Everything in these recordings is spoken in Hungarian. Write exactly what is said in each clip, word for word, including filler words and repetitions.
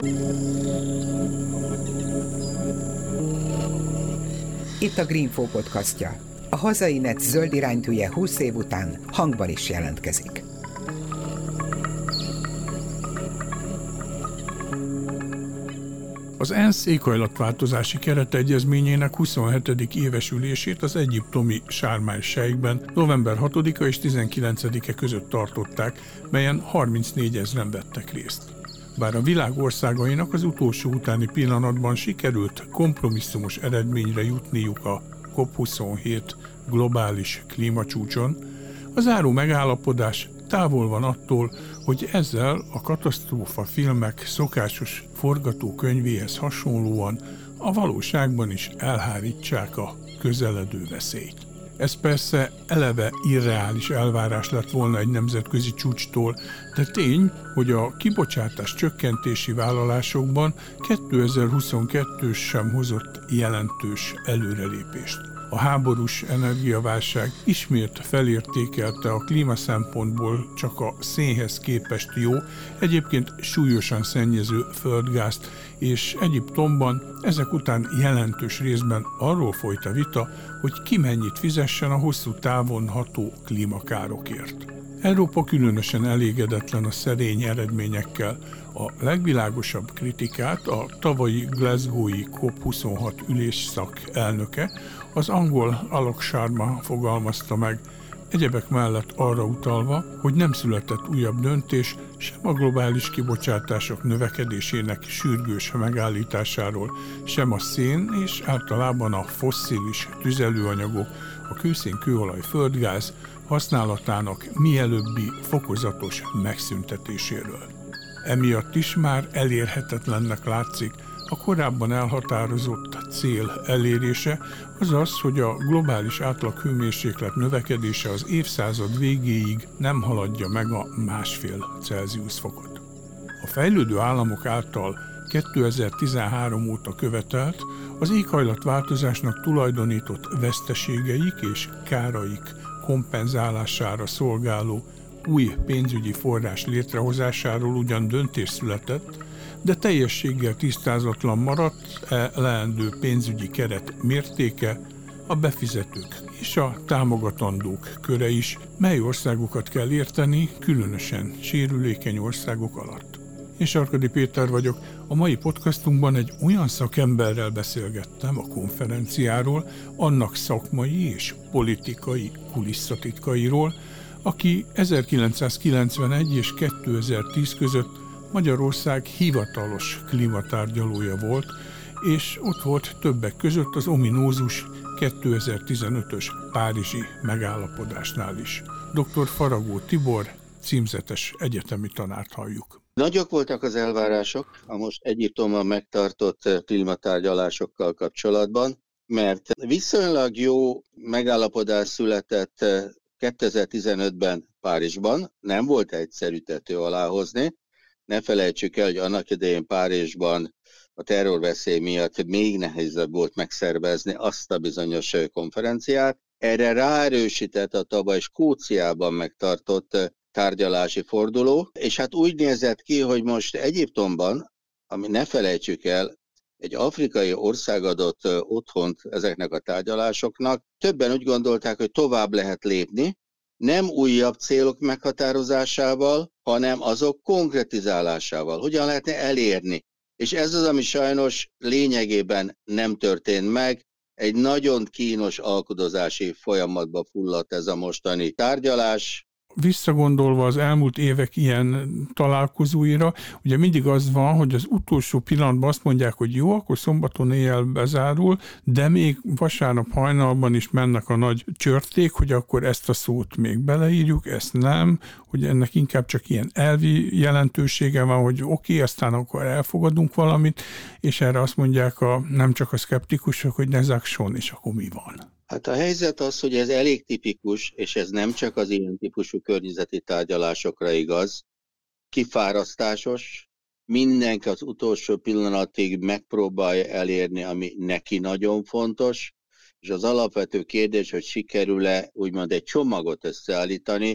Itt a Greenfo podcastja. A hazai net zöld iránytűje húsz év után hangban is jelentkezik. Az ENSZ éghajlatváltozási keretegyezményének huszonhetedik éves ülését az egyiptomi Sharm el-Sheikben november hatodika és tizenkilencedike között tartották, melyen harmincnégyezren vettek részt. Bár a világ országainak az utolsó utáni pillanatban sikerült kompromisszumos eredményre jutniuk a kop huszonhét globális klímacsúcson, a záró megállapodás távol van attól, hogy ezzel a katasztrófa filmek szokásos forgatókönyvéhez hasonlóan a valóságban is elhárítsák a közeledő veszélyt. Ez persze eleve irreális elvárás lett volna egy nemzetközi csúcstól, de tény, hogy a kibocsátás csökkentési vállalásokban kétezer-huszonkettő sem hozott jelentős előrelépést. A háborús energiaválság ismét felértékelte a klíma szempontból csak a szénhez képest jó, egyébként súlyosan szennyező földgázt, és Egyiptomban ezek után jelentős részben arról folyt a vita, hogy ki mennyit fizessen a hosszú távon ható klímakárokért. Európa különösen elégedetlen a szerény eredményekkel. A legvilágosabb kritikát a tavalyi Glasgow-i kop huszonhat ülésszak elnöke, az angol Alok Sharma fogalmazta meg, egyebek mellett arra utalva, hogy nem született újabb döntés sem a globális kibocsátások növekedésének sürgős megállításáról, sem a szén és általában a fosszilis tüzelőanyagok, a kőszén, kőolaj, földgáz használatának mielőbbi fokozatos megszüntetéséről. Emiatt is már elérhetetlennek látszik a korábban elhatározott cél elérése, azaz, hogy a globális átlaghőmérséklet növekedése az évszázad végéig nem haladja meg a másfél Celsius fokot. A fejlődő államok által kétezer-tizenhárom óta követelt, az éghajlatváltozásnak tulajdonított veszteségeik és káraik kompenzálására szolgáló új pénzügyi forrás létrehozásáról ugyan döntés született, de teljességgel tisztázatlan maradt e leendő pénzügyi keret mértéke, a befizetők és a támogatandók köre is, mely országokat kell érteni, különösen sérülékeny országok alatt. Én Sarkadi Péter vagyok, a mai podcastunkban egy olyan szakemberrel beszélgettem a konferenciáról, annak szakmai és politikai kulisszatitkairól, aki ezerkilencszázkilencvenegy és kétezer-tíz között Magyarország hivatalos klímatárgyalója volt, és ott volt többek között az ominózus kétezer-tizenötös párizsi megállapodásnál is. doktor Faragó Tibor, címzetes egyetemi tanárt halljuk. Nagyok voltak az elvárások a most Egyiptommal megtartott klímatárgyalásokkal kapcsolatban, mert viszonylag jó megállapodás született kétezer-tizenötben Párizsban, nem volt egyszerű tető alá hozni. Ne felejtsük el, hogy annak idején Párizsban a terrorveszély miatt még nehezebb volt megszervezni azt a bizonyos konferenciát. Erre ráerősített a tavaly Skóciában megtartott tárgyalási forduló, és hát úgy nézett ki, hogy most Egyiptomban, ami ne felejtsük el, egy afrikai ország adott otthont ezeknek a tárgyalásoknak, többen úgy gondolták, hogy tovább lehet lépni, nem újabb célok meghatározásával, hanem azok konkretizálásával. Hogyan lehetne elérni? És ez az, ami sajnos lényegében nem történt meg. Egy nagyon kínos alkudozási folyamatba fulladt ez a mostani tárgyalás. Visszagondolva az elmúlt évek ilyen találkozóira, ugye mindig az van, hogy az utolsó pillanatban azt mondják, hogy jó, akkor szombaton éjjel bezárul, de még vasárnap hajnalban is mennek a nagy csörték, hogy akkor ezt a szót még beleírjuk, ezt nem, hogy ennek inkább csak ilyen elvi jelentősége van, hogy oké, okay, aztán akkor elfogadunk valamit, és erre azt mondják a, nem csak a szkeptikusok, hogy ne zákson, és akkor mi van? Hát a helyzet az, hogy ez elég tipikus, és ez nem csak az ilyen típusú környezeti tárgyalásokra igaz, kifárasztásos, mindenki az utolsó pillanatig megpróbálja elérni, ami neki nagyon fontos, és az alapvető kérdés, hogy sikerül-e úgymond egy csomagot összeállítani,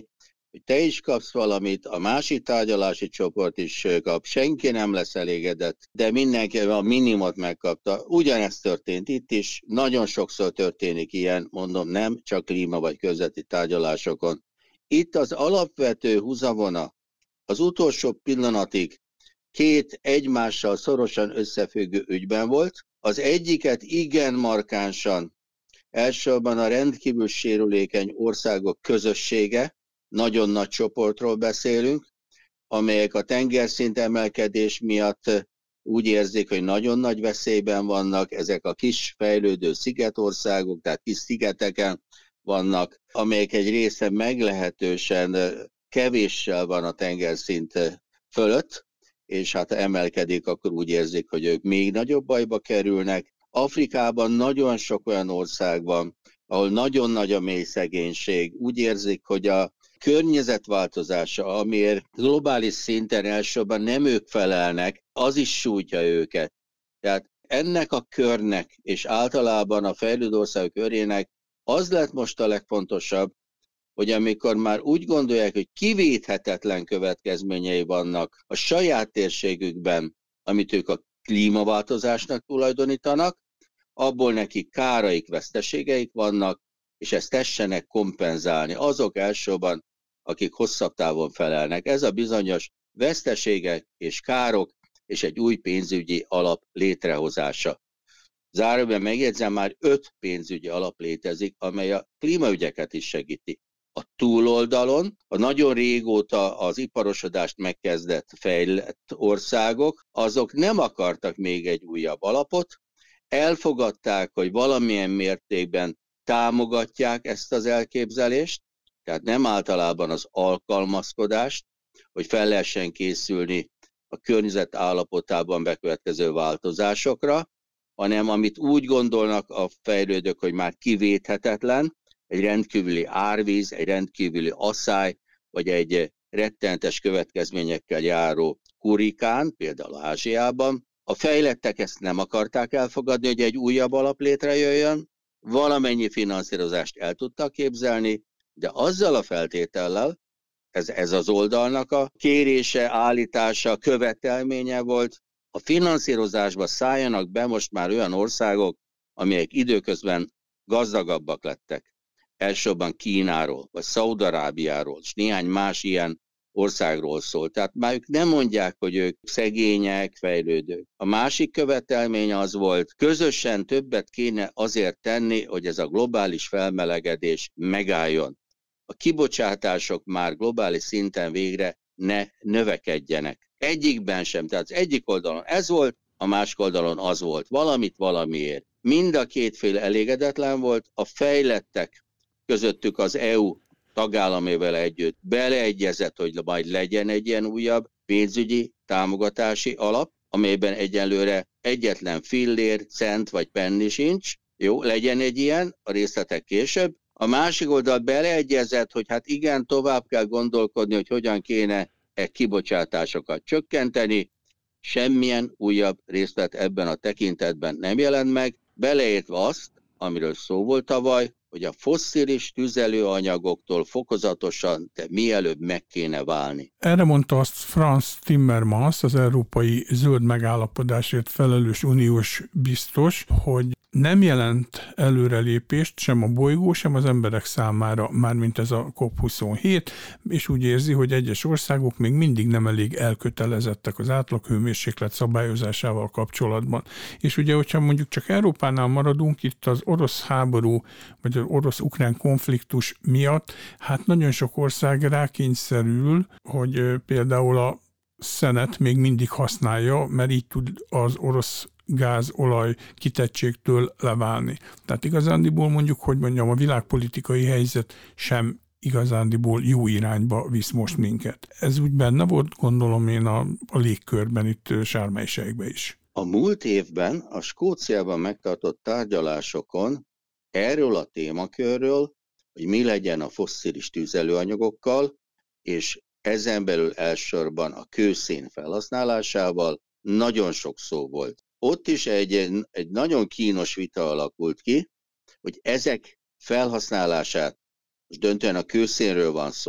hogy te is kapsz valamit, a másik tárgyalási csoport is kap, senki nem lesz elégedett, de mindenki a minimumot megkapta. Ugyanezt történt itt is, nagyon sokszor történik ilyen, mondom, nem csak klíma vagy közveti tárgyalásokon. Itt az alapvető húzavona az utolsó pillanatig két egymással szorosan összefüggő ügyben volt. Az egyiket igen markánsan elsősorban a rendkívül sérülékeny országok közössége, nagyon nagy csoportról beszélünk, amelyek a tengerszint emelkedés miatt úgy érzik, hogy nagyon nagy veszélyben vannak, ezek a kis fejlődő szigetországok, tehát kis szigeteken vannak, amelyek egy része meglehetősen kevéssel van a tengerszint fölött, és hát emelkedik, akkor úgy érzik, hogy ők még nagyobb bajba kerülnek. Afrikában nagyon sok olyan ország van, ahol nagyon nagy a mély szegénység. Úgy érzik, hogy a környezetváltozása, amiért globális szinten elsősorban nem ők felelnek, az is sújtja őket. Tehát ennek a körnek, és általában a fejlődő országok körének az lett most a legfontosabb, hogy amikor már úgy gondolják, hogy kivéthetetlen következményei vannak a saját térségükben, amit ők a klímaváltozásnak tulajdonítanak, abból nekik káraik, veszteségeik vannak, és ezt tessenek kompenzálni. Azok elsősorban, akik hosszabb távon felelnek. Ez a bizonyos veszteségek és károk és egy új pénzügyi alap létrehozása. Zárójelben megjegyzem, már öt pénzügyi alap létezik, amely a klímaügyeket is segíti. A túloldalon a nagyon régóta az iparosodást megkezdett fejlett országok, azok nem akartak még egy újabb alapot, elfogadták, hogy valamilyen mértékben támogatják ezt az elképzelést, tehát nem általában az alkalmazkodást, hogy fel lehessen készülni a környezet állapotában bekövetkező változásokra, hanem amit úgy gondolnak a fejlődők, hogy már kivéthetetlen, egy rendkívüli árvíz, egy rendkívüli asszály, vagy egy rettenetes következményekkel járó hurrikán, például Ázsiában. A fejlettek ezt nem akarták elfogadni, hogy egy újabb alap létrejöjjön, valamennyi finanszírozást el tudtak képzelni, de azzal a feltétellel, ez, ez az oldalnak a kérése, állítása, követelménye volt, a finanszírozásba szálljanak be most már olyan országok, amelyek időközben gazdagabbak lettek. Elsősorban Kínáról, vagy Szaúd-Arábiáról, és néhány más ilyen országról szól. Tehát már ők nem mondják, hogy ők szegények, fejlődők. A másik követelmény az volt, közösen többet kéne azért tenni, hogy ez a globális felmelegedés megálljon. A kibocsátások már globális szinten végre ne növekedjenek. Egyikben sem, tehát az egyik oldalon ez volt, a másik oldalon az volt. Valamit valamiért. Mind a két fél elégedetlen volt, a fejlettek közöttük az é u tagállamével együtt beleegyezett, hogy majd legyen egy ilyen újabb pénzügyi támogatási alap, amelyben egyelőre egyetlen fillér, cent vagy penni sincs. Jó, legyen egy ilyen, a részletek később. A másik oldal beleegyezett, hogy hát igen, tovább kell gondolkodni, hogy hogyan kéne e kibocsátásokat csökkenteni. Semmilyen újabb részlet ebben a tekintetben nem jelent meg, beleértve azt, amiről szó volt tavaly, hogy a fosszilis tüzelőanyagoktól fokozatosan, de mielőbb meg kéne válni. Erre mondta azt Frans Timmermans, az európai zöld megállapodásért felelős uniós biztos, hogy nem jelent előrelépést sem a bolygó, sem az emberek számára, mármint ez a kop huszonhét, és úgy érzi, hogy egyes országok még mindig nem elég elkötelezettek az átlaghőmérséklet szabályozásával kapcsolatban. És ugye, hogyha mondjuk csak Európánál maradunk, itt az orosz háború, vagy az orosz-ukrán konfliktus miatt, hát nagyon sok ország rákényszerül, hogy például a szenet még mindig használja, mert így tud az orosz gáz, olaj kitettségtől leválni. Tehát igazándiból mondjuk, hogy mondjam, a világpolitikai helyzet sem igazándiból jó irányba visz most minket. Ez úgy benne volt, gondolom én a, a légkörben itt Sharm-el-Sheikben is. A múlt évben a Skóciában megtartott tárgyalásokon erről a témakörről, hogy mi legyen a fosszilis tüzelőanyagokkal, és ezen belül elsősorban a kőszén felhasználásával nagyon sok szó volt. Ott is egy, egy nagyon kínos vita alakult ki, hogy ezek felhasználását, most döntően a kőszénről van szó,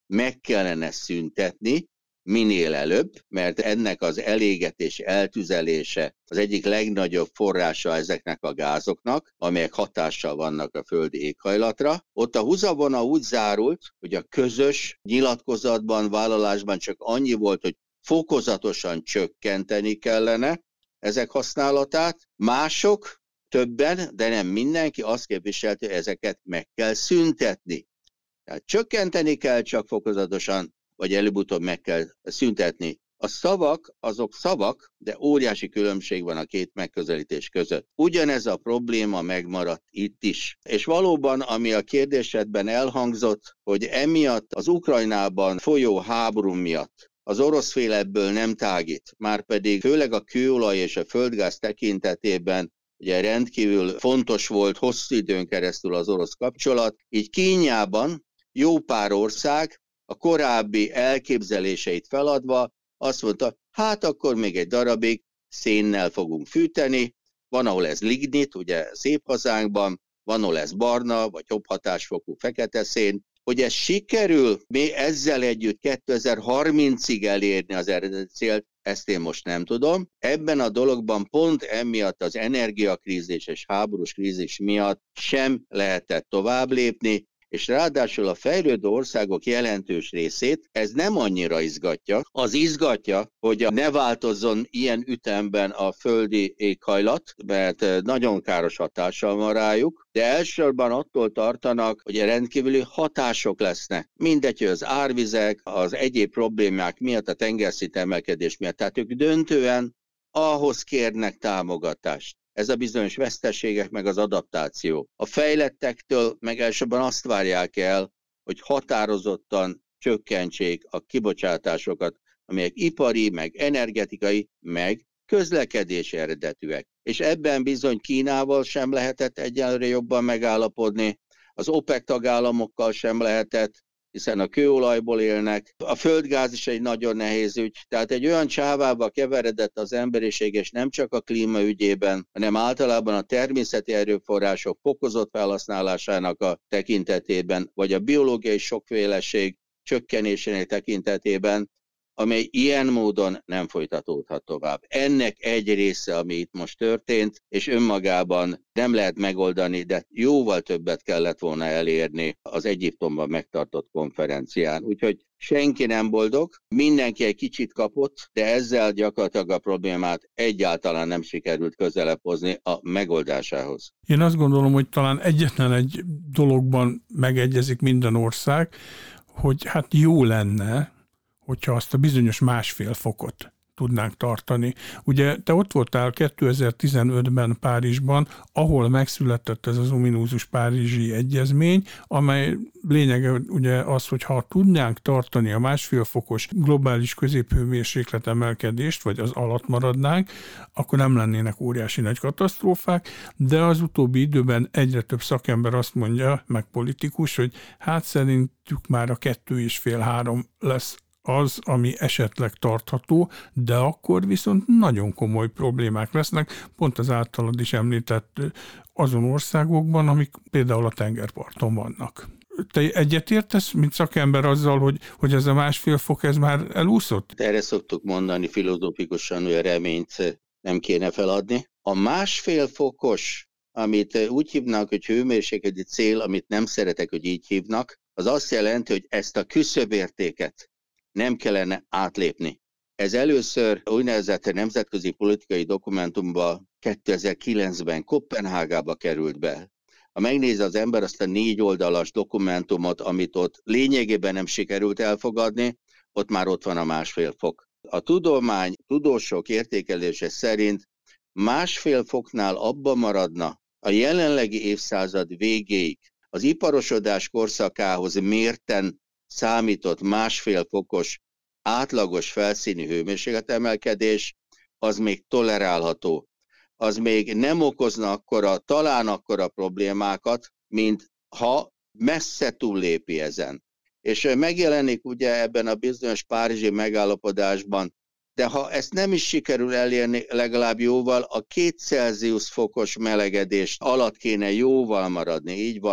meg kellene szüntetni minél előbb, mert ennek az elégetés, eltüzelése az egyik legnagyobb forrása ezeknek a gázoknak, amelyek hatással vannak a földi éghajlatra. Ott a húzavona úgy zárult, hogy a közös nyilatkozatban, vállalásban csak annyi volt, hogy fokozatosan csökkenteni kellene ezek használatát. Mások, többen, de nem mindenki azt képviselte, hogy ezeket meg kell szüntetni. Tehát csökkenteni kell csak fokozatosan, vagy előbb-utóbb meg kell szüntetni. A szavak, azok szavak, de óriási különbség van a két megközelítés között. Ugyanez a probléma megmaradt itt is. És valóban, ami a kérdésedben elhangzott, hogy emiatt az Ukrajnában folyó háború miatt az orosz fél ebből nem tágít, márpedig főleg a kőolaj és a földgáz tekintetében ugye rendkívül fontos volt hosszú időn keresztül az orosz kapcsolat, így Kínjában jó pár ország a korábbi elképzeléseit feladva azt mondta, hát akkor még egy darabig szénnel fogunk fűteni, van, ahol ez lignit, ugye szép hazánkban, van, ahol ez barna, vagy jobb hatásfokú fekete szén, hogy ez sikerül még ezzel együtt kétezer-harmincig elérni az eredeti célt, ezt én most nem tudom. Ebben a dologban pont emiatt az energiakrízis és háborús krízis miatt sem lehetett tovább lépni, és ráadásul a fejlődő országok jelentős részét ez nem annyira izgatja. Az izgatja, hogy ne változzon ilyen ütemben a földi éghajlat, mert nagyon káros hatással van rájuk, de elsősorban attól tartanak, hogy rendkívüli hatások lesznek. Mindegy, hogy az árvizek, az egyéb problémák miatt, a tengerszint emelkedés miatt, tehát ők döntően ahhoz kérnek támogatást. Ez a bizonyos veszteségek, meg az adaptáció. A fejlettektől meg elsősorban azt várják el, hogy határozottan csökkentsék a kibocsátásokat, amelyek ipari, meg energetikai, meg közlekedési eredetűek. És ebben bizony Kínával sem lehetett egyelőre jobban megállapodni, az OPEC tagállamokkal sem lehetett, hiszen a kőolajból élnek. A földgáz is egy nagyon nehéz ügy, tehát egy olyan csávába keveredett az emberiség, és nem csak a klímaügyében, hanem általában a természeti erőforrások fokozott felhasználásának a tekintetében, vagy a biológiai sokféleség csökkenésének tekintetében, amely ilyen módon nem folytatódhat tovább. Ennek egy része, ami itt most történt, és önmagában nem lehet megoldani, de jóval többet kellett volna elérni az Egyiptomban megtartott konferencián. Úgyhogy senki nem boldog, mindenki egy kicsit kapott, de ezzel gyakorlatilag a problémát egyáltalán nem sikerült közelebb hozni a megoldásához. Én azt gondolom, hogy talán egyetlen egy dologban megegyezik minden ország, hogy hát jó lenne, hogyha azt a bizonyos másfél fokot tudnánk tartani. Ugye te ott voltál kétezer-tizenötben Párizsban, ahol megszületett ez az ominózus párizsi egyezmény, amely lényege ugye az, hogy ha tudnánk tartani a másfél fokos globális középhőmérséklet emelkedést, vagy az alatt maradnánk, akkor nem lennének óriási nagy katasztrófák, de az utóbbi időben egyre több szakember azt mondja, meg politikus, hogy hát szerintük már a kettő és fél három lesz az, ami esetleg tartható, de akkor viszont nagyon komoly problémák lesznek, pont az általad is említett azon országokban, amik például a tengerparton vannak. Te egyetértesz, mint szakember azzal, hogy, hogy ez a másfél fok, ez már elúszott? Erre szoktuk mondani filozófikusan, hogy a reményt nem kéne feladni. A másfél fokos, amit úgy hívnak, hogy hőmérsékleti cél, amit nem szeretek, hogy így hívnak, az azt jelenti, hogy ezt a küszöbértéket nem kellene átlépni. Ez először úgynevezett nemzetközi politikai dokumentumban kétezer-kilencben Koppenhágába került be. Ha megnézi az ember azt a négy oldalas dokumentumot, amit ott lényegében nem sikerült elfogadni, ott már ott van a másfél fok. A tudomány, tudósok értékelése szerint másfél foknál abba maradna a jelenlegi évszázad végéig az iparosodás korszakához mérten számított másfél fokos átlagos felszíni hőmérsékletemelkedés, az még tolerálható. Az még nem okozna akkora, talán akkora problémákat, mint ha messze túllépi ezen. És megjelenik ugye ebben a bizonyos párizsi megállapodásban, de ha ezt nem is sikerül elérni, legalább jóval a két Celsius fokos melegedés alatt kéne jóval maradni. Így van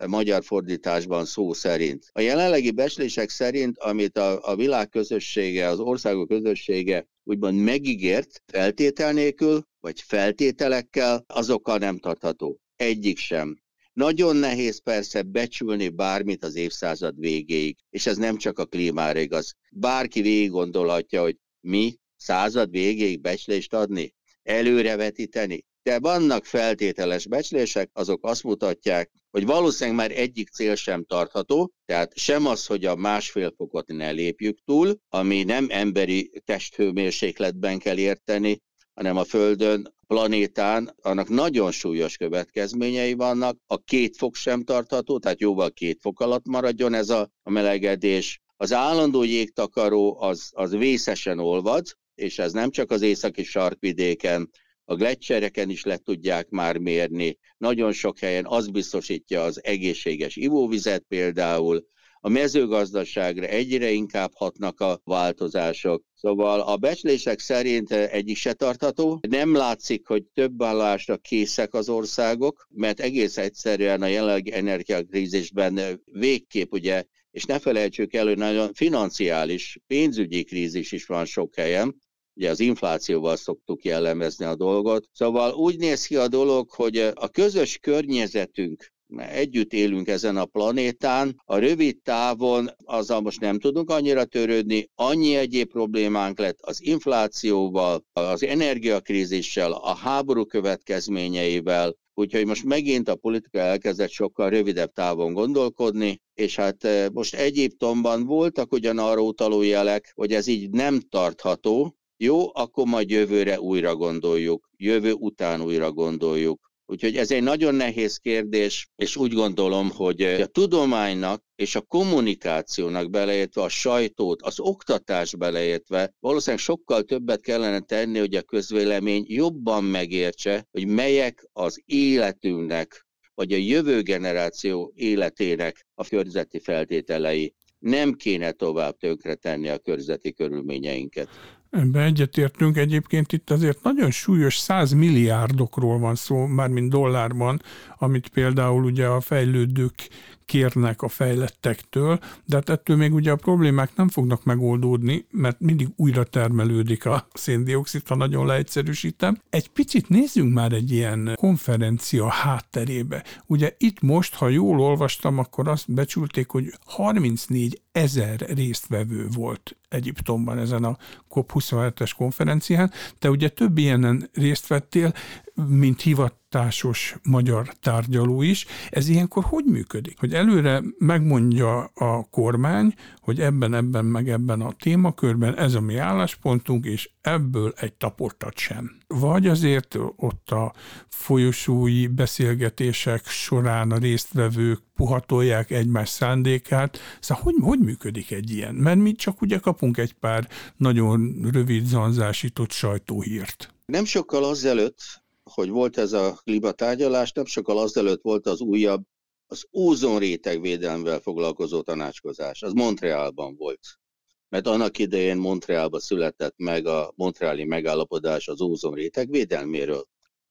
magyar fordításban szó szerint. A jelenlegi becslések szerint, amit a, a világ közössége, az országok közössége úgymond megígért feltétel nélkül, vagy feltételekkel, azokkal nem tartható. Egyik sem. Nagyon nehéz persze becsülni bármit az évszázad végéig, és ez nem csak a klímára igaz. Bárki végig gondolhatja, hogy mi század végéig becslést adni, előrevetíteni. De vannak feltételes becslések, azok azt mutatják, hogy valószínűleg már egyik cél sem tartható, tehát sem az, hogy a másfél fokot ne lépjük túl, ami nem emberi testhőmérsékletben kell érteni, hanem a Földön, planétán, annak nagyon súlyos következményei vannak. A két fok sem tartható, tehát jóval két fok alatt maradjon ez a, a melegedés. Az állandó jégtakaró az, az vészesen olvad, és ez nem csak az északi sarkvidéken, a gleccsereken is le tudják már mérni. Nagyon sok helyen az biztosítja az egészséges ivóvizet például. A mezőgazdaságra egyre inkább hatnak a változások. Szóval a becslések szerint egyik se tartható. Nem látszik, hogy több állásra készek az országok, mert egész egyszerűen a jelenlegi energiakrízisben végképp, ugye, és ne felejtsük el, hogy nagyon financiális, pénzügyi krízis is van sok helyen. Ugye az inflációval szoktuk jellemezni a dolgot. Szóval úgy néz ki a dolog, hogy a közös környezetünk, együtt élünk ezen a planétán, a rövid távon azzal most nem tudunk annyira törődni, annyi egyéb problémánk lett az inflációval, az energiakrízissel, a háború következményeivel, úgyhogy most megint a politika elkezdett sokkal rövidebb távon gondolkodni, és hát most Egyiptomban voltak ugyan arra utaló jelek, hogy ez így nem tartható. Jó, akkor majd jövőre újra gondoljuk, jövő után újra gondoljuk. Úgyhogy ez egy nagyon nehéz kérdés, és úgy gondolom, hogy a tudománynak és a kommunikációnak beleértve, a sajtót, az oktatás beleértve, valószínűleg sokkal többet kellene tenni, hogy a közvélemény jobban megértse, hogy melyek az életünknek, vagy a jövő generáció életének a környezeti feltételei. Nem kéne tovább tönkretenni a környezeti körülményeinket. Ebben egyetértünk, egyébként itt azért nagyon súlyos százmilliárdokról van szó, mármint dollárban, amit például ugye a fejlődők kérnek a fejlettektől, de hát ettől még ugye a problémák nem fognak megoldódni, mert mindig újra termelődik a széndioxid, ha nagyon leegyszerűsítem. Egy picit nézzünk már egy ilyen konferencia hátterébe. Ugye itt most, ha jól olvastam, akkor azt becsülték, hogy harmincnégy ezer résztvevő volt Egyiptomban ezen a COP huszonhetes konferencián. Te ugye több ilyenen részt vettél, mint hivatásos magyar tárgyaló is. Ez ilyenkor hogy működik? Hogy előre megmondja a kormány, hogy ebben, ebben, meg ebben a témakörben ez a mi álláspontunk, és ebből egy taportat sem. Vagy azért ott a folyosói beszélgetések során a résztvevők puhatolják egymás szándékát. Szóval hogy, hogy működik egy ilyen? Mert mi csak ugye kapunk egy pár nagyon rövid zanzásított sajtóhírt. Nem sokkal azelőtt, hogy volt ez a klímatárgyalás, nem sokkal azelőtt volt az újabb, az ózonréteg védelmével foglalkozó tanácskozás. Az Montrealban volt. Mert annak idején Montrealban született meg a montreali megállapodás az ózonréteg védelméről.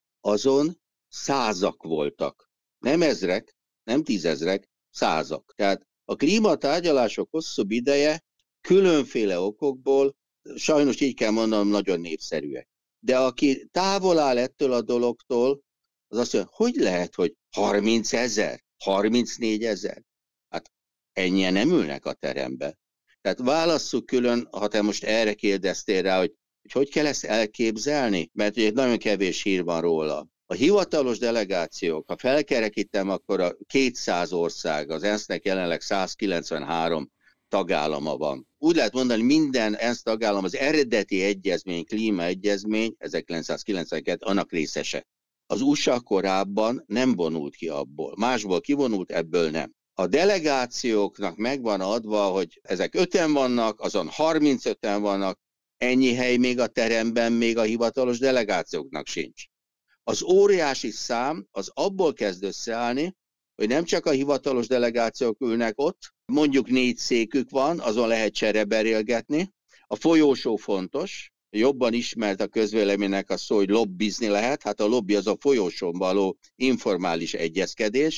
Azon százak voltak. Nem ezrek, nem tízezrek, százak. Tehát a klímatárgyalások hosszú ideje különféle okokból, sajnos így kell mondanom, nagyon népszerűek. De aki távol áll ettől a dologtól, az azt mondja, hogy lehet, hogy harmincezer, harmincnégyezer? Hát ennyien nem ülnek a terembe. Tehát válasszuk külön, ha te most erre kérdeztél rá, hogy hogy, hogy kell ezt elképzelni, mert ugye nagyon kevés hír van róla. A hivatalos delegációk, ha felkerekítem, akkor a kétszáz ország, az ENSZ-nek jelenleg százkilencvenhárom tagállama van. Úgy lehet mondani, minden ENSZ tagállam az eredeti egyezmény, klímaegyezmény, ezerkilencszázkilencvenkettő, annak részese. Az u es á korábban nem vonult ki abból. Másból kivonult, ebből nem. A delegációknak megvan adva, hogy ezek öten vannak, azon harmincöten vannak, ennyi hely még a teremben, még a hivatalos delegációknak sincs. Az óriási szám az abból kezd összeállni, hogy nem csak a hivatalos delegációk ülnek ott, mondjuk négy székük van, azon lehet csereberélgetni. A folyósó fontos, jobban ismert a közvéleménynek a szó, hogy lobbizni lehet, hát a lobby az a folyósón való informális egyezkedés,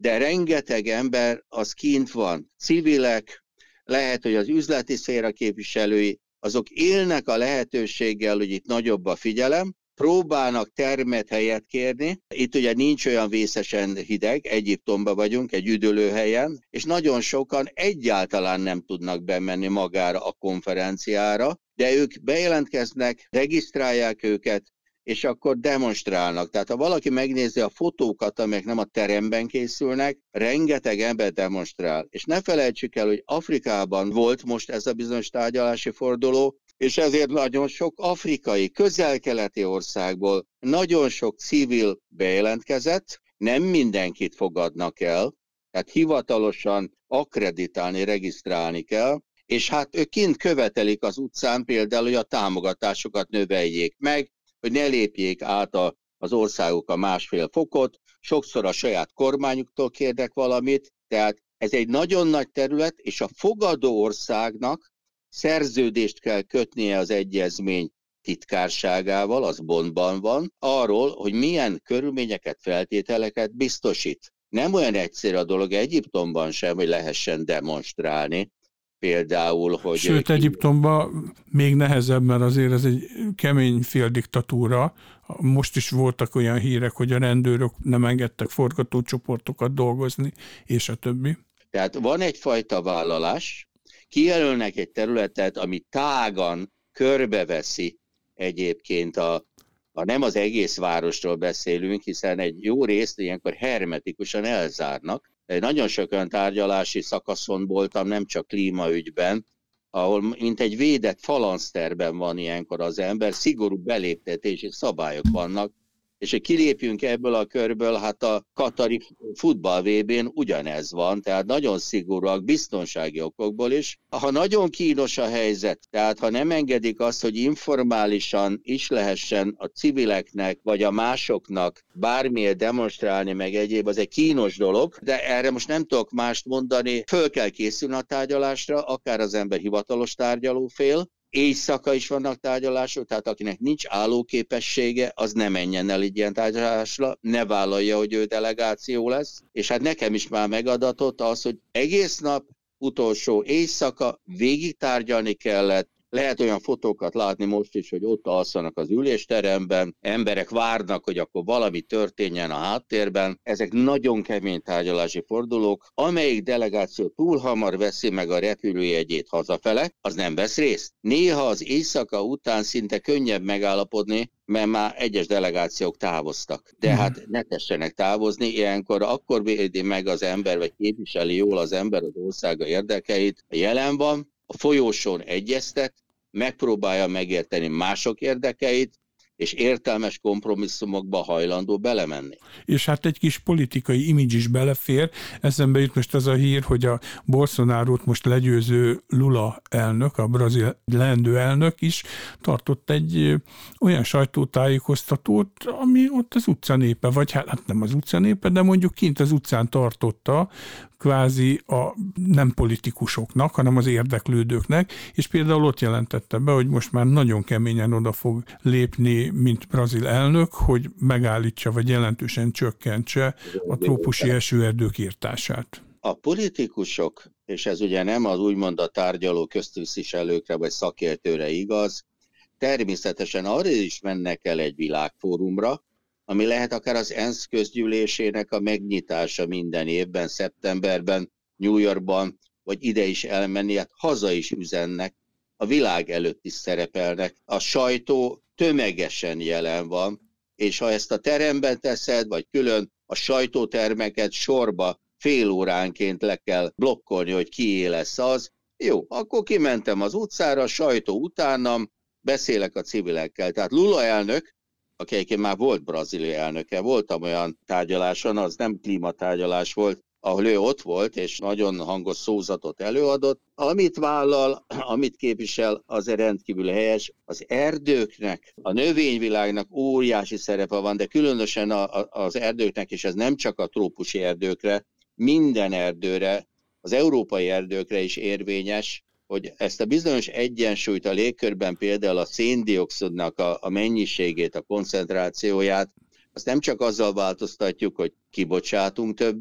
de rengeteg ember az kint van. Civilek, lehet, hogy az üzleti szféra képviselői, azok élnek a lehetőséggel, hogy itt nagyobb a figyelem, próbálnak termet helyet kérni. Itt ugye nincs olyan vészesen hideg, Egyiptomban vagyunk, egy üdülőhelyen, és nagyon sokan egyáltalán nem tudnak bemenni magára a konferenciára, de ők bejelentkeznek, regisztrálják őket, és akkor demonstrálnak. Tehát ha valaki megnézi a fotókat, amelyek nem a teremben készülnek, rengeteg ember demonstrál. És ne felejtsük el, hogy Afrikában volt most ez a bizonyos tárgyalási forduló, és ezért nagyon sok afrikai, közel-keleti országból nagyon sok civil bejelentkezett, nem mindenkit fogadnak el, tehát hivatalosan akkreditálni, regisztrálni kell, és hát ők kint követelik az utcán például, hogy a támogatásokat növeljék meg, hogy ne lépjék át a, az országok a másfél fokot, sokszor a saját kormányuktól kérnek valamit, tehát ez egy nagyon nagy terület, és a fogadó országnak szerződést kell kötnie az egyezmény titkárságával, az Bonnban van, arról, hogy milyen körülményeket, feltételeket biztosít. Nem olyan egyszerű a dolog Egyiptomban sem, hogy lehessen demonstrálni. Például, hogy... Sőt, ki... Egyiptomban még nehezebb, mert azért ez egy kemény féldiktatúra. Most is voltak olyan hírek, hogy a rendőrök nem engedtek forgatócsoportokat dolgozni, és a többi. Tehát van egyfajta vállalás, kijelölnek egy területet, ami tágan körbeveszi egyébként a, a nem az egész városról beszélünk, hiszen egy jó részt ilyenkor hermetikusan elzárnak. Nagyon sok olyan tárgyalási szakaszon voltam, nem csak klímaügyben, ahol mint egy védett falanszterben van ilyenkor az ember, szigorú beléptetési szabályok vannak, és hogy kilépjünk ebből a körből, hát a katari futball vé bén ugyanez van, tehát nagyon szigorúak biztonsági okokból is. Ha nagyon kínos a helyzet, tehát ha nem engedik azt, hogy informálisan is lehessen a civileknek, vagy a másoknak bármiért demonstrálni, meg egyéb, az egy kínos dolog, de erre most nem tudok mást mondani, föl kell készülni a tárgyalásra, akár az ember hivatalos tárgyalófél, éjszaka is vannak tárgyalások, tehát akinek nincs állóképessége, az ne menjen el egy ilyen tárgyalásra, ne vállalja, hogy ő delegáció lesz. És hát nekem is már megadatott az, hogy egész nap, utolsó éjszaka végig tárgyalni kellett. Lehet olyan fotókat látni most is, hogy ott alszanak az ülésteremben, emberek várnak, hogy akkor valami történjen a háttérben. Ezek nagyon kemény tárgyalási fordulók. Amelyik delegáció túl hamar veszi meg a repülőjegyét hazafele, az nem vesz részt. Néha az éjszaka után szinte könnyebb megállapodni, mert már egyes delegációk távoztak. De hát ne tessenek távozni, ilyenkor akkor védi meg az ember, vagy képviseli jól az ember az országa érdekeit, jelen van, a folyósón egyeztet, megpróbálja megérteni mások érdekeit, és értelmes kompromisszumokba hajlandó belemenni. És hát egy kis politikai image is belefér. Eszembe jut most az a hír, hogy a Bolsonarót most legyőző Lula elnök, a brazil leendő elnök is tartott egy olyan sajtótájékoztatót, ami ott az utcanépe, vagy hát nem az utcanépe, de mondjuk kint az utcán tartotta, kvázi a nem politikusoknak, hanem az érdeklődőknek, és például ott jelentette be, hogy most már nagyon keményen oda fog lépni, mint brazil elnök, hogy megállítsa, vagy jelentősen csökkentse a trópusi esőerdők írtását. A politikusok, és ez ugye nem az úgymond a tárgyaló köztisztviselőkre vagy szakértőre igaz, természetesen arra is mennek el egy világfórumra, ami lehet akár az ENSZ közgyűlésének a megnyitása minden évben, szeptemberben, New Yorkban, vagy ide is elmenni, hát haza is üzennek, a világ előtt is szerepelnek. A sajtó tömegesen jelen van, és ha ezt a teremben teszed, vagy külön a sajtótermeket sorba fél óránként le kell blokkolni, hogy kié lesz az, jó, akkor kimentem az utcára, a sajtó utánam, beszélek a civilekkel. Tehát Lula elnök, aki egyébként már volt brazil elnöke, voltam olyan tárgyaláson, az nem klímatárgyalás volt, ahol ő ott volt, és nagyon hangos szózatot előadott. Amit vállal, amit képvisel, az rendkívül helyes. Az erdőknek, a növényvilágnak óriási szerepe van, de különösen a, a, az erdőknek, és ez nem csak a trópusi erdőkre, minden erdőre, az európai erdőkre is érvényes, hogy ezt a bizonyos egyensúlyt a légkörben, például a széndioxidnak a, a mennyiségét, a koncentrációját, azt nem csak azzal változtatjuk, hogy kibocsátunk többet,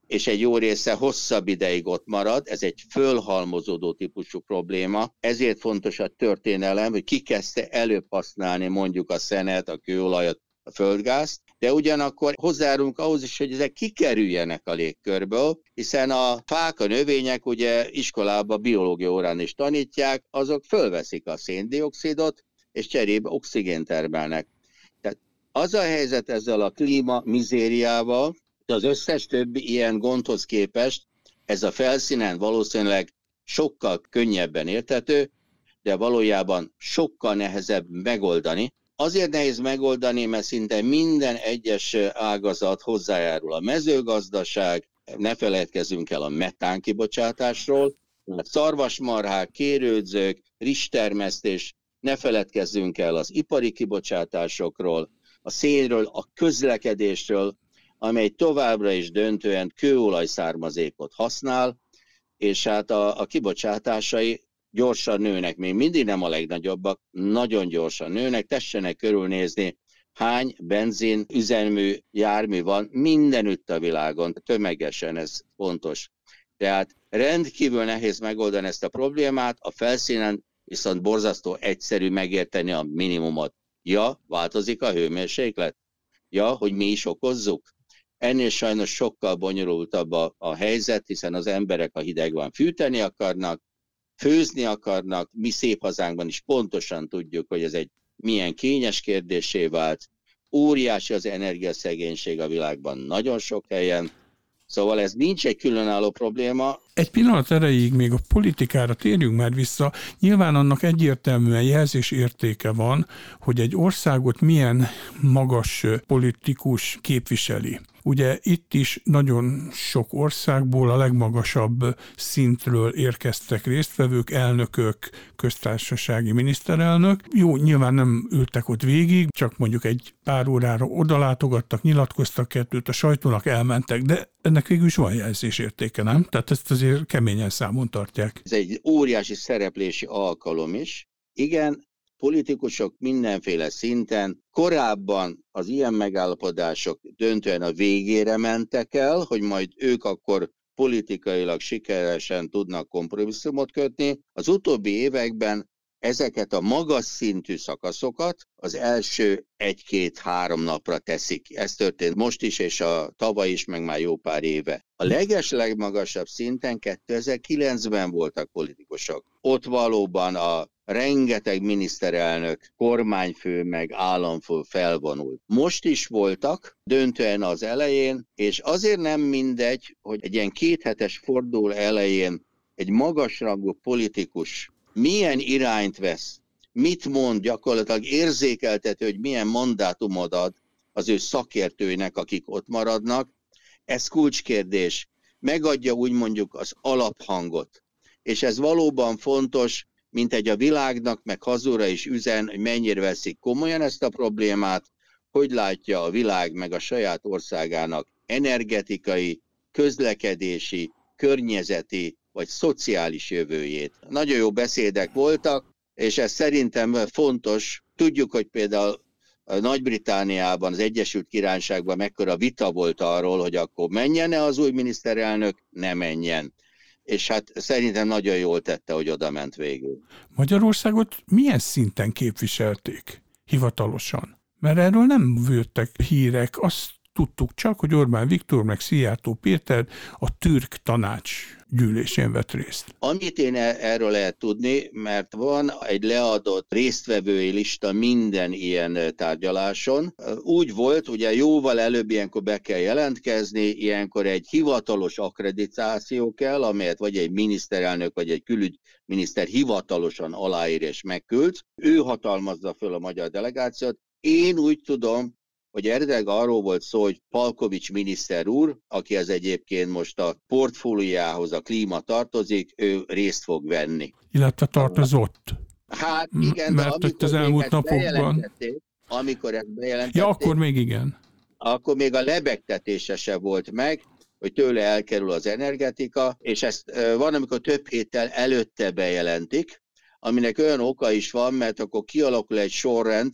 és egy jó része hosszabb ideig ott marad, ez egy fölhalmozódó típusú probléma, ezért fontos a történelem, hogy ki kezdte előbb használni mondjuk a szenet, a kőolajat, a földgázt, de ugyanakkor hozzárunk ahhoz is, hogy ezek kikerüljenek a légkörből, hiszen a fák, a növények, ugye iskolában biológia órán is tanítják, azok fölveszik a széndioxidot, és cserébe oxigént termelnek. Tehát az a helyzet ezzel a klíma mizériával, az összes többi ilyen gondhoz képest ez a felszínen valószínűleg sokkal könnyebben érthető, de valójában sokkal nehezebb megoldani. Azért nehéz megoldani, mert szinte minden egyes ágazat hozzájárul. A mezőgazdaság, ne feledkezzünk el a metán kibocsátásról, a szarvasmarhák, kérődzők, rizstermesztés, ne feledkezzünk el az ipari kibocsátásokról, a szénről, a közlekedésről, amely továbbra is döntően kőolaj származékot használ, és hát a, a kibocsátásai gyorsan nőnek, még mindig nem a legnagyobbak, nagyon gyorsan nőnek, tessenek körülnézni, hány benzin üzemű jármű van mindenütt a világon, tömegesen, ez fontos. Tehát rendkívül nehéz megoldani ezt a problémát, a felszínen viszont borzasztó egyszerű megérteni a minimumot. Ja, változik a hőmérséklet? Ja, hogy mi is okozzuk? Ennél sajnos sokkal bonyolultabb a, a helyzet, hiszen az emberek a hidegben fűteni akarnak, főzni akarnak, mi szép hazánkban is pontosan tudjuk, hogy ez egy milyen kényes kérdésé vált. Óriási az energiaszegénység a világban nagyon sok helyen, szóval ez nincs egy különálló probléma. Egy pillanat erejéig még a politikára térjünk már vissza. Nyilván annak egyértelműen jelzés értéke van, hogy egy országot milyen magas politikus képviseli. Ugye itt is nagyon sok országból a legmagasabb szintről érkeztek résztvevők, elnökök, köztársasági miniszterelnök. Jó, nyilván nem ültek ott végig, csak mondjuk egy pár órára odalátogattak, nyilatkoztak kettőt, a sajtónak elmentek, de ennek végül is van jelzésértéke, nem? Tehát ezt azért keményen számon tartják. Ez egy óriási szereplési alkalom is. Igen, politikusok mindenféle szinten korábban az ilyen megállapodások döntően a végére mentek el, hogy majd ők akkor politikailag sikeresen tudnak kompromisszumot kötni. Az utóbbi években ezeket a magas szintű szakaszokat az első egy-két-három napra teszik. Ez történt most is, és a tavaly is, meg már jó pár éve. A leges legmagasabb szinten kétezer-kilencben voltak politikusok. Ott valóban a rengeteg miniszterelnök, kormányfő meg államfő felvonult. Most is voltak, döntően az elején, és azért nem mindegy, hogy egy ilyen kéthetes forduló elején egy magasrangú politikus milyen irányt vesz, mit mond, gyakorlatilag érzékeltető, hogy milyen mandátumot ad az ő szakértőinek, akik ott maradnak. Ez kulcskérdés. Megadja úgy mondjuk az alaphangot. És ez valóban fontos, mint egy a világnak, meg hazúra is üzen, hogy mennyire veszik komolyan ezt a problémát, hogy látja a világ meg a saját országának energetikai, közlekedési, környezeti vagy szociális jövőjét. Nagyon jó beszédek voltak, és ez szerintem fontos. Tudjuk, hogy például Nagy-Britanniában, az Egyesült Királyságban mekkora vita volt arról, hogy akkor menjen-e az új miniszterelnök, ne menjen. És hát szerintem nagyon jól tette, hogy oda ment végül. Magyarországot milyen szinten képviselték hivatalosan? Mert erről nem jöttek hírek, azt tudtuk csak, hogy Orbán Viktor meg Szijjártó Péter a türk tanács gyűlésén vett részt. Amit én erről lehet tudni, mert van egy leadott résztvevői lista minden ilyen tárgyaláson. Úgy volt, ugye jóval előbb ilyenkor be kell jelentkezni, ilyenkor egy hivatalos akkreditáció kell, amelyet vagy egy miniszterelnök, vagy egy külügyminiszter hivatalosan aláír és megküld. Ő hatalmazza föl a magyar delegációt. Én úgy tudom, hogy eredetileg arról volt szó, hogy Palkovics miniszter úr, aki az egyébként most a portfóliójához a klíma tartozik, ő részt fog venni. Illetve tartozott. Hát igen, mert de amikor az elmúlt ezt napokban... amikor ezt bejelentették, ja, akkor még igen. Akkor még a lebegtetése se volt meg, hogy tőle elkerül az energetika, és ezt van, amikor több héttel előtte bejelentik, aminek olyan oka is van, mert akkor kialakul egy sorrend,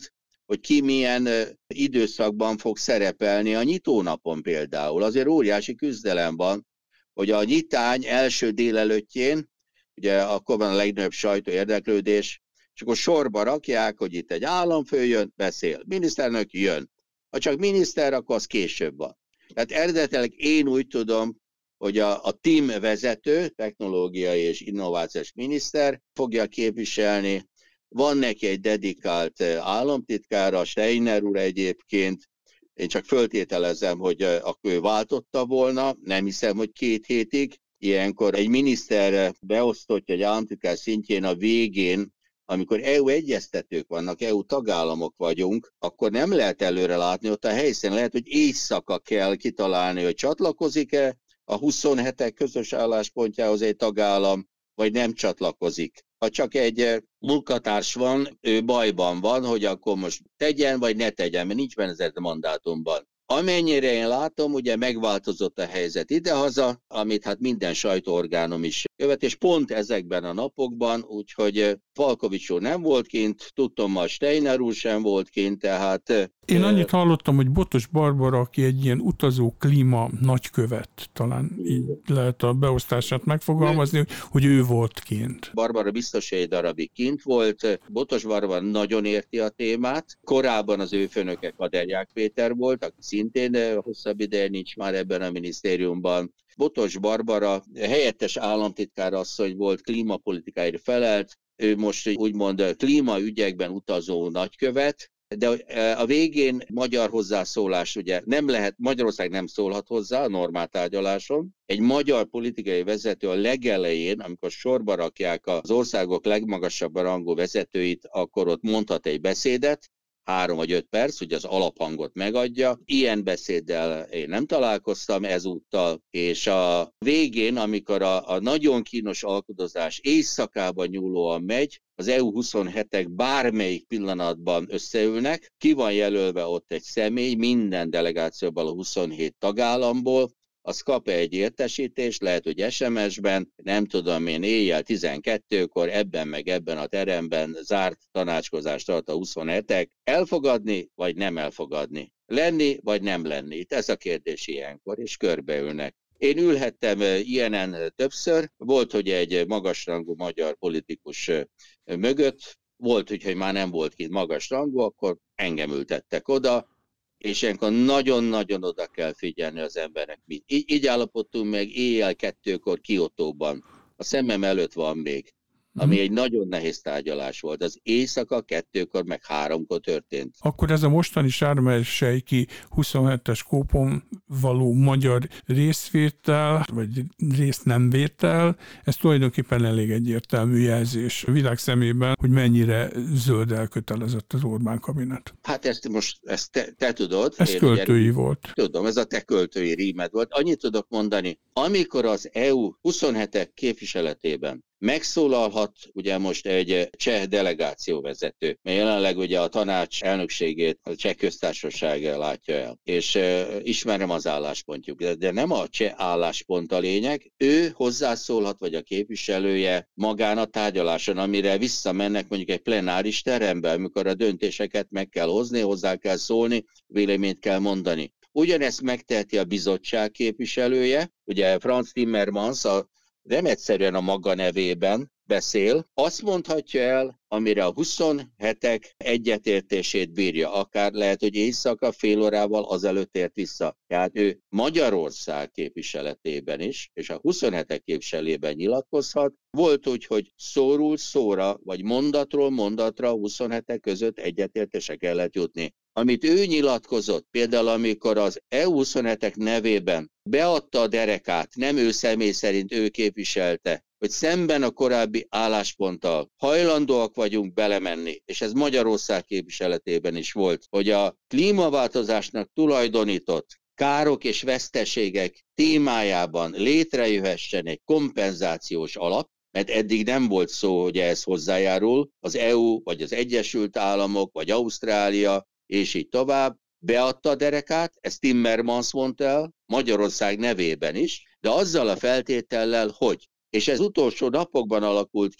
hogy ki milyen időszakban fog szerepelni a nyitónapon például. Azért óriási küzdelem van, hogy a nyitány első délelőttjén, ugye akkor van a legnagyobb sajtó érdeklődés, és akkor sorba rakják, hogy itt egy államfő jön, beszél, miniszterelnök jön. Ha csak miniszter, akkor az később van. Tehát eredetileg én úgy tudom, hogy a, a team vezető, technológiai és innovációs miniszter fogja képviselni. Van neki egy dedikált államtitkára, Steiner úr egyébként. Én csak föltételezem, hogy akkor ő váltotta volna, nem hiszem, hogy két hétig. Ilyenkor egy miniszter beosztottja egy államtitkár szintjén a végén, amikor é u egyeztetők vannak, é u tagállamok vagyunk, akkor nem lehet előre látni ott a helyszínen. Lehet, hogy éjszaka kell kitalálni, hogy csatlakozik-e a huszonhetek közös álláspontjához egy tagállam, vagy nem csatlakozik. Ha csak egy munkatárs van, ő bajban van, hogy akkor most tegyen, vagy ne tegyen, mert nincs benne a mandátumban. Amennyire én látom, ugye megváltozott a helyzet idehaza, amit hát minden sajtóorgánom is követ, és pont ezekben a napokban, úgyhogy Falkovics úr nem volt kint, tudtommal Steiner úr sem volt kint, tehát... Én annyit hallottam, hogy Botos Barbara, aki egy ilyen utazó klíma nagykövet, talán így lehet a beosztását megfogalmazni, hogy ő volt kint. Barbara biztos egy darabig kint volt, Botos Barbara nagyon érti a témát, korábban az ő főnöke Kaderják Péter volt, aki szintén hosszabb ideje nincs már ebben a minisztériumban. Botos Barbara helyettes államtitkár asszony volt, klímapolitikáért felelt, ő most úgymond klímaügyekben utazó nagykövet, de a végén magyar hozzászólás, ugye nem lehet, Magyarország nem szólhat hozzá a normál tárgyaláson. Egy magyar politikai vezető a legelején, amikor sorba rakják az országok legmagasabb rangú vezetőit, akkor ott mondhat egy beszédet, három vagy öt perc, hogy az alaphangot megadja. Ilyen beszéddel én nem találkoztam ezúttal, és a végén, amikor a, a nagyon kínos alkudozás éjszakában nyúlóan megy, az é u huszonhetek bármelyik pillanatban összeülnek, ki van jelölve ott egy személy, minden delegációból a huszonhét tagállamból, az kap egy értesítést, lehet, hogy es em es-ben, nem tudom én, éjjel tizenkettőkor ebben meg ebben a teremben zárt tanácskozást tart a huszonhetek, elfogadni vagy nem elfogadni, lenni vagy nem lenni. Itt ez a kérdés ilyenkor, és körbeülnek. Én ülhettem ilyenen többször, volt, hogy egy magasrangú magyar politikus mögött, volt, hogy már nem volt kint magasrangú, akkor engem ültettek oda, és ilyenkor nagyon-nagyon oda kell figyelni az embernek. Így, így állapodtunk meg éjjel kettőkor Kiotóban. A szemem előtt van még, ami egy nagyon nehéz tárgyalás volt. Az éjszaka kettőkor meg háromkor történt. Akkor ez a mostani Sharm el-Sheikhi huszonhetes kópon való magyar részvétel, vagy részt nem vétel, ez tulajdonképpen elég egyértelmű jelzés a világ szemében, hogy mennyire zöld elkötelezett az Orbán kabinet. Hát ezt most ezt te, te tudod. Ez én költői ugye, volt. Tudom, ez a te költői rímed volt. Annyit tudok mondani, amikor az é u huszonhetek képviseletében megszólalhat ugye most egy cseh delegációvezető, mert jelenleg ugye a tanács elnökségét a Cseh Köztársaság látja el, és uh, ismerem az álláspontjuk, de, de nem a cseh álláspont a lényeg, ő hozzászólhat, vagy a képviselője magán a tárgyaláson, amire visszamennek mondjuk egy plenáris terembe, amikor a döntéseket meg kell hozni, hozzá kell szólni, véleményt kell mondani. Ugyanezt megteheti a bizottság képviselője, ugye Franz Timmermans a nem egyszerűen a maga nevében beszél, azt mondhatja el, amire a huszonhetek egyetértését bírja, akár lehet, hogy éjszaka fél órával azelőtt ért vissza. Tehát ő Magyarország képviseletében is, és a huszonhetek képviselében nyilatkozhat. Volt úgy, hogy szóról szóra, vagy mondatról mondatra a huszonhetek között egyetértése kellett jutni. Amit ő nyilatkozott, például amikor az é u huszonhetek nevében beadta a derekát, nem ő személy szerint ő képviselte, hogy szemben a korábbi állásponttal hajlandóak vagyunk belemenni, és ez Magyarország képviseletében is volt, hogy a klímaváltozásnak tulajdonított károk és veszteségek témájában létrejöhessen egy kompenzációs alap, mert eddig nem volt szó, hogy ehhez hozzájárul az é u, vagy az Egyesült Államok, vagy Ausztrália, és így tovább, beadta a derekát, ezt Timmermans mondta el, Magyarország nevében is, de azzal a feltétellel, hogy, és ez utolsó napokban alakult ki,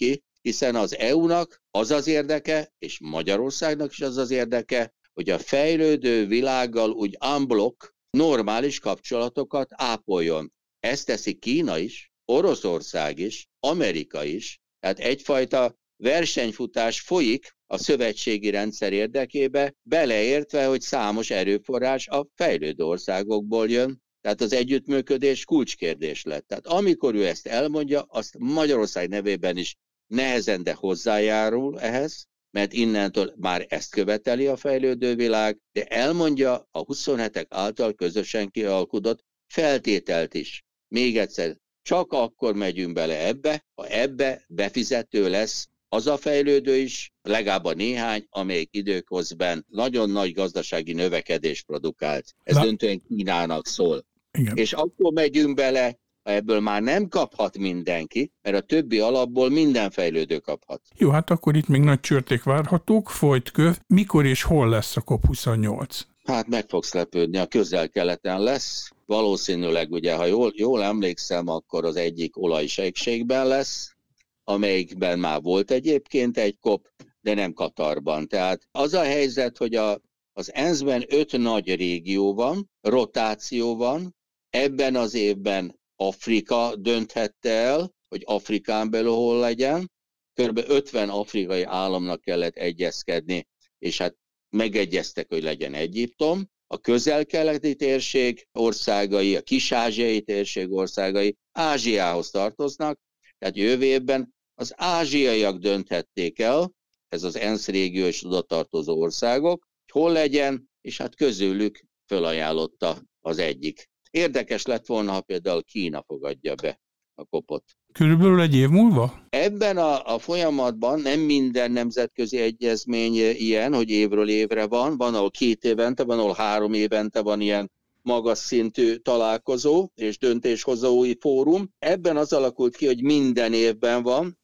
hiszen az é u-nak az az érdeke, és Magyarországnak is az az érdeke, hogy a fejlődő világgal úgy en bloc normális kapcsolatokat ápoljon. Ezt teszi Kína is, Oroszország is, Amerika is, tehát egyfajta versenyfutás folyik a szövetségi rendszer érdekébe, beleértve, hogy számos erőforrás a fejlődő országokból jön, tehát az együttműködés kulcskérdés lett. Tehát amikor ő ezt elmondja, azt Magyarország nevében is nehezen, de hozzájárul ehhez, mert innentől már ezt követeli a fejlődő világ, de elmondja a huszonhetek által közösen kialkudott feltételt is. Még egyszer, csak akkor megyünk bele ebbe, ha ebbe befizető lesz az a fejlődő is, legalább a néhány, amelyik időközben nagyon nagy gazdasági növekedés produkált. Ez Na. döntően Kínának szól. Igen. És akkor megyünk bele, ebből már nem kaphat mindenki, mert a többi alapból minden fejlődő kaphat. Jó, hát akkor itt még nagy csörték várhatók, folyt köv. Mikor és hol lesz a kop huszonnyolc? Hát meg fogsz lepődni, a Közel-Keleten lesz. Valószínűleg, ugye, ha jól, jól emlékszem, akkor az egyik olajségségben lesz, amelyikben már volt egyébként egy kop, de nem Katarban. Tehát az a helyzet, hogy a, az ENSZ-ben öt nagy régió van, rotáció van, ebben az évben Afrika dönthette el, hogy Afrikán belül hol legyen, kb. ötven afrikai államnak kellett egyezkedni, és hát megegyeztek, hogy legyen Egyiptom. A közel-keleti térség országai, a kis-ázsiai térség országai Ázsiához tartoznak, tehát jövő évben az ázsiaiak dönthették el, ez az ENSZ régió és oda tartozó országok, hogy hol legyen, és hát közülük fölajánlotta az egyik. Érdekes lett volna, ha például Kína fogadja be a kopot. Körülbelül egy év múlva? Ebben a, a folyamatban nem minden nemzetközi egyezmény ilyen, hogy évről évre van, van, ahol két évente, van, ahol három évente van ilyen magas szintű találkozó és döntéshozói fórum. Ebben az alakult ki, hogy minden évben van,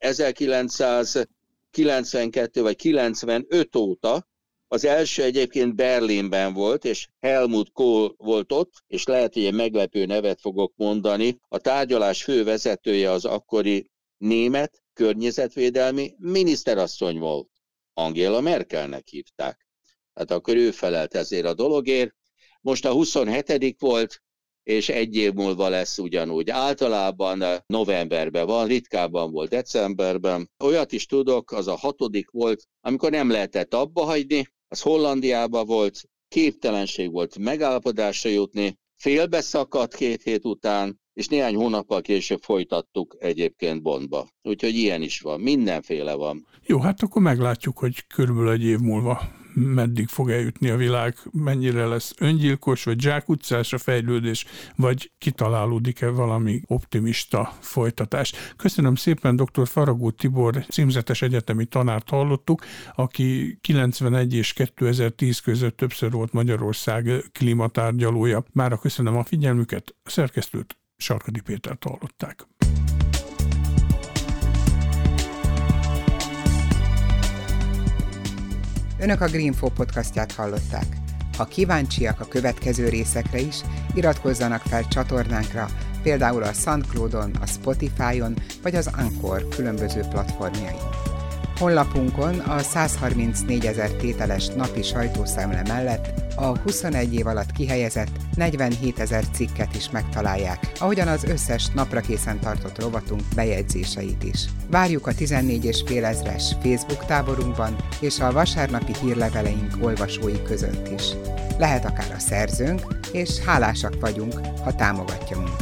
ezerkilencszázkilencvenkettő vagy kilencvenöt óta. Az első egyébként Berlinben volt, és Helmut Kohl volt ott, és lehet, hogy egy meglepő nevet fogok mondani. A tárgyalás fővezetője az akkori német környezetvédelmi miniszterasszony volt. Angela Merkelnek hívták. Tehát akkor ő felelt ezért a dologért. Most a huszonhetedik volt, és egy év múlva lesz ugyanúgy. Általában novemberben van, ritkábban volt decemberben. Olyat is tudok, az a hatodik volt, amikor nem lehetett abba hagyni, az Hollandiában volt, képtelenség volt megállapodásra jutni, félbeszakadt két hét után, és néhány hónappal később folytattuk egyébként Bonnba. Úgyhogy ilyen is van, mindenféle van. Jó, hát akkor meglátjuk, hogy körülbelül egy év múlva meddig fog eljutni a világ, mennyire lesz öngyilkos, vagy zsákutcás a fejlődés, vagy kitalálódik-e valami optimista folytatás. Köszönöm szépen, dr. Faragó Tibor címzetes egyetemi tanárt hallottuk, aki kilencvenegy és kétezer-tíz között többször volt Magyarország klímatárgyalója. Mára köszönöm a figyelmüket, a szerkesztőt, Sarkadi Pétert hallották. Önök a Greenfo podcastját hallották. Ha kíváncsiak a következő részekre is, iratkozzanak fel csatornánkra, például a SoundCloudon, a Spotify-on vagy az Anchor különböző platformjain. Honlapunkon a százharmincnégyezer tételes napi sajtószemle mellett a huszonegy év alatt kihelyezett negyvenhétezer cikket is megtalálják, ahogyan az összes napra készen tartott rovatunk bejegyzéseit is. Várjuk a tizennégy és fél ezres Facebook táborunkban és a vasárnapi hírleveleink olvasói között is. Lehet akár a szerzőnk, és hálásak vagyunk, ha támogatja minket.